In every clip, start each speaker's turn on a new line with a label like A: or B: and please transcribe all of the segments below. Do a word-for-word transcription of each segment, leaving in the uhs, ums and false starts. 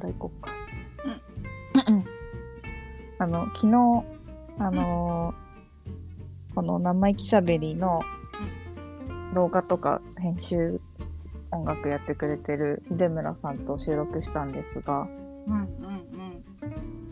A: から行こうか。
B: うん。
A: あの昨日あのー、この生意気しゃべりの動画とか編集音楽やってくれてる秀村さんと収録したんですが、
B: うんうんうん。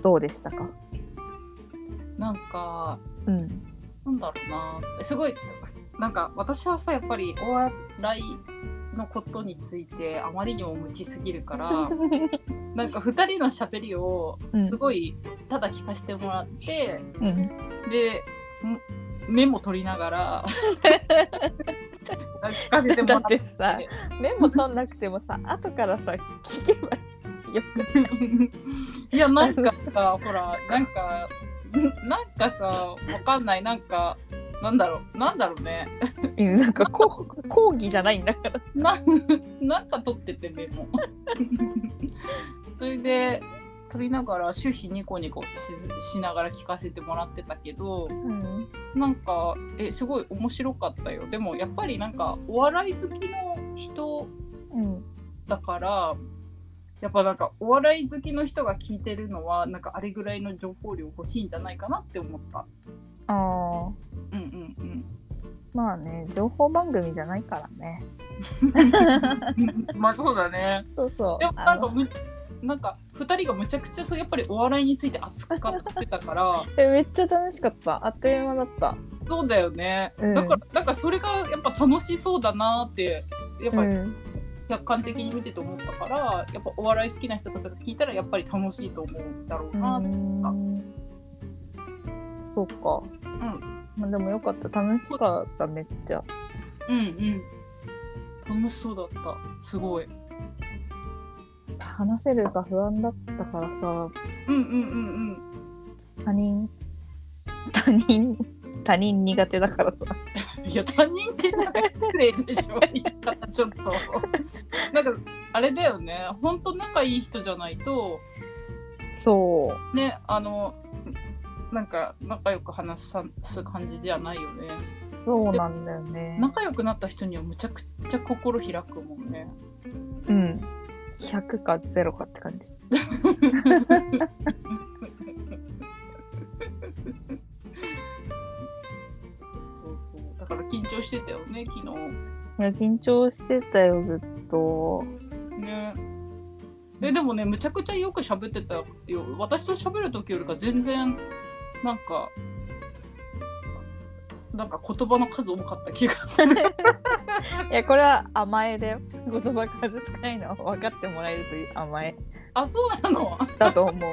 A: どうでしたか？
B: なんか、
A: うん、
B: なんだろうな、すごいなんか私はさやっぱりお笑いのことについてあまりにも無知すぎるからなんかふたりのしゃべりをすごいただ聞かせてもらって、
A: うん、
B: でメモ取りながら聞かせてもらって。
A: だってさメモ取んなくてもさ後からさ聞けばよく
B: いやなんかさほらなんかなんかさわかんないなんかなんだろうなんだろうね
A: なんかこ講義じゃないんだから
B: ななんか取っててメモそれで取りながら終始ニコニコ し, しながら聞かせてもらってたけど、うん、なんかえすごい面白かったよ。でもやっぱりなんかお笑い好きの人だから、うん、やっぱなんかお笑い好きの人が聞いてるのはなんかあれぐらいの情報量欲しいんじゃないかなって思った。
A: ああ、
B: うんうんうん。
A: まあね、情報番組じゃないからね。
B: まあそうだね。
A: そうそう。
B: でもなんかむなんかふたりがむちゃくちゃそうやっぱりお笑いについて熱く語ってたから
A: えめっちゃ楽しかった。あっという間だった。
B: そうだよね。うん、だからなんかそれがやっぱ楽しそうだなってやっぱり、うん客観的に見てて思ったからやっぱお笑い好きな人たちが聞いたらやっぱり楽しいと思うんだろうなって思った。
A: そうか。うん。まあでもよかった。楽しかっためっちゃ。
B: うんうん。楽しそうだった。すごい。
A: 話せるか不安だったからさ。
B: うんうんうんうん。
A: 他人他人他人苦手だからさ。
B: いや他人ってなんか失礼でしょ言い方ちょっとなんかあれだよね本当仲いい人じゃないと
A: そう
B: ねあのなんか仲良く話す感じじゃないよね。
A: そうなんだよね。
B: 仲良くなった人にはむちゃくちゃ心開くもんね。
A: うんひゃくかゼロかって感じ
B: そうそうだから緊張してたよね昨日。い
A: や緊張してたよずっと
B: ね。えでもねむちゃくちゃよく喋ってたよ。私と喋る時よりか全然なんかなんか言葉の数多かった気がする
A: いやこれは甘えだよ。言葉数少ないのは分かってもらえるという甘え。
B: あそうなの
A: だと思う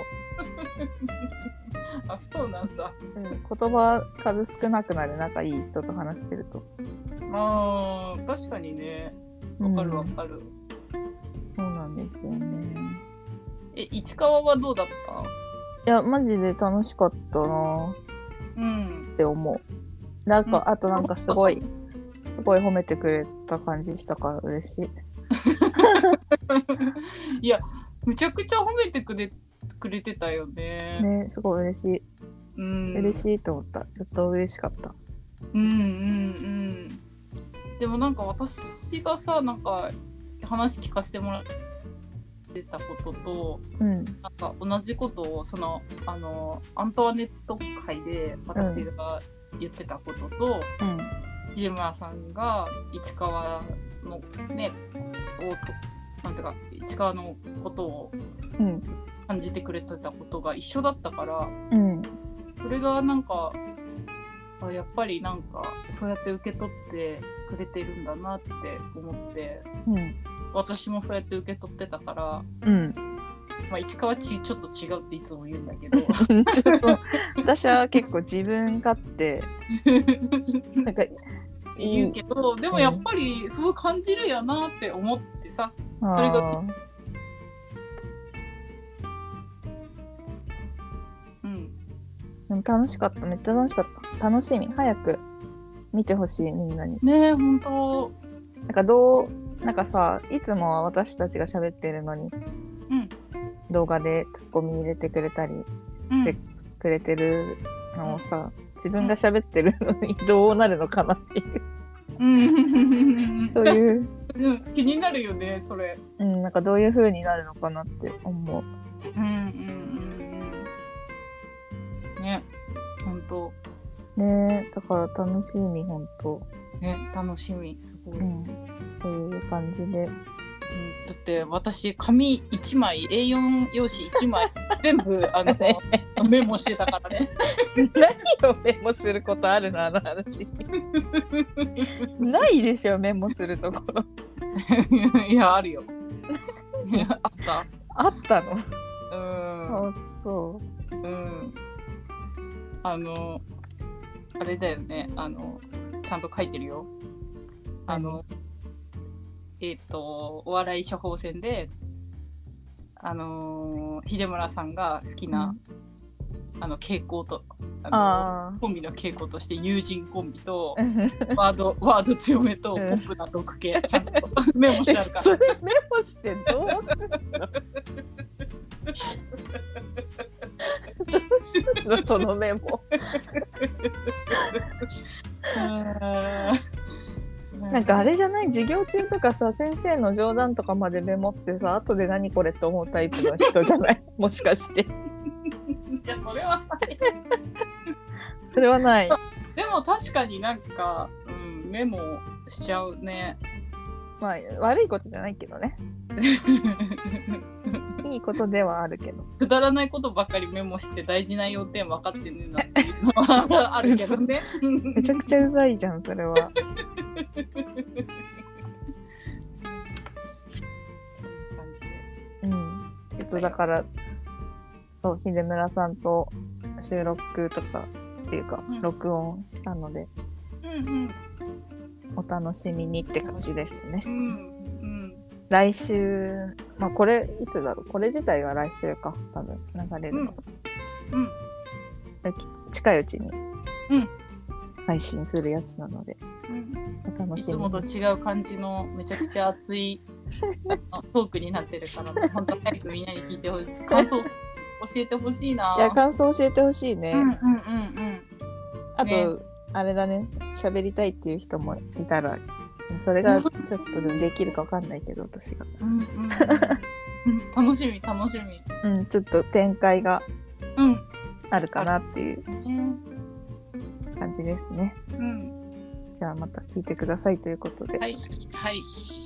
B: あそうなんだ、
A: うん、言葉数少なくなる仲いい人と話してると。
B: あー確かにねわかるわかる、うん、
A: そうなんですよね。
B: え市川はどうだった？
A: いやマジで楽しかったなって思う。なんか、うん、あとなんかすごいすごい褒めてくれた感じしたから嬉しい
B: いやむちゃくちゃ褒めてくれくれてたよね。
A: ねすごい嬉しい、うん、嬉しいと思った。ずっと嬉しかった。
B: うんうんうんでもなんか私がさなんか話聞かせてもらってたことと、うん、なんか同じことをそのあのアントワネット会で私が言ってたことと、うん、秀村さんが市川のねをなんていうか市川のことを感じてくれてたことが一緒だったから、うん、それがなんかあやっぱりなんかそうやって受け取ってくれてるんだなって思って、うん、私もそうやって受け取ってたから、うんまあ、市川ちちょっと違うっていつも言うんだけど
A: ちょっと私は結構自分勝手なんか
B: 言うけど、うん、でもやっぱりすごい感じるやなって思ってさ、うん、それがうん
A: でも楽しかった。めっちゃ楽しかった。楽しみ。早く見てほしいみんなに。
B: ねえ本当。
A: なんかどうなんかさいつもは私たちが喋ってるのに、うん、動画でツッコミ入れてくれたりしてくれてるのをさ、うん、自分が喋ってるのにどうなるのかなっていう、うん、そういう
B: うん、気になるよねそれ。
A: うん、なんかどういう風になるのかなって思う。
B: うんうんうんうん。ね、本当。
A: ね、だから楽しみ本当。
B: ね、楽しみすごい。
A: うん、という感じで。
B: うん、だって私紙いちまい エーよん 用紙いちまい全部あのメモしてたからね。
A: 何をメモすることあるのあの話。ないでしょメモするところ。
B: いやあるよ。あった。
A: あったの。
B: うん。
A: あ、そう。
B: うん。あのあれだよね、あのちゃんと書いてるよ。あの。えっとお笑い処方箋であのー、秀村さんが好きな、うん、あの傾向とあのー、コンビの傾向として友人コンビとワードワード強めとポップな毒系ちゃんとメモしてあるから。
A: それメモしてどうするの？どうするのそのメモ。なんかあれじゃない、授業中とかさ先生の冗談とかまでメモってさ後で何これって思うタイプの人じゃないもしかして。い
B: やそれはない
A: それはない。
B: でも確かになんか、うん、メモしちゃうね。
A: まあ悪いことじゃないけどね。いいことではあるけど
B: くだらないことばっかりメモして大事な要点分かってねえなっていうのはあるけどね。
A: めちゃくちゃうざいじゃんそれは。うん、ちょっとだからそう秀村さんと収録とかっていうか、うん、録音したので、
B: うんうん、
A: お楽しみにって感じですね。
B: うんうん、
A: 来週、まあこれいつだろう、これ自体が来週か多分流れるの、
B: うんうん、
A: 近いうちに
B: うん
A: 配信するやつなので、うん、お楽しみに。
B: いつもと違う感じのめちゃくちゃ熱いトークになってるから本当早くみんなに聞いてほしい。感想教えてほしいな。
A: いや感想教えてほしいね。
B: うんうんうんうん。
A: あと、ね、あれだね、喋りたいっていう人もいたらそれがちょっとできるか分かんないけど私が、
B: うんうんうん、楽しみ楽しみ。
A: うん、ちょっと展開があるかなっていう感じですね、
B: うん、
A: じゃあまた聞いてくださいということで、
B: はいはい。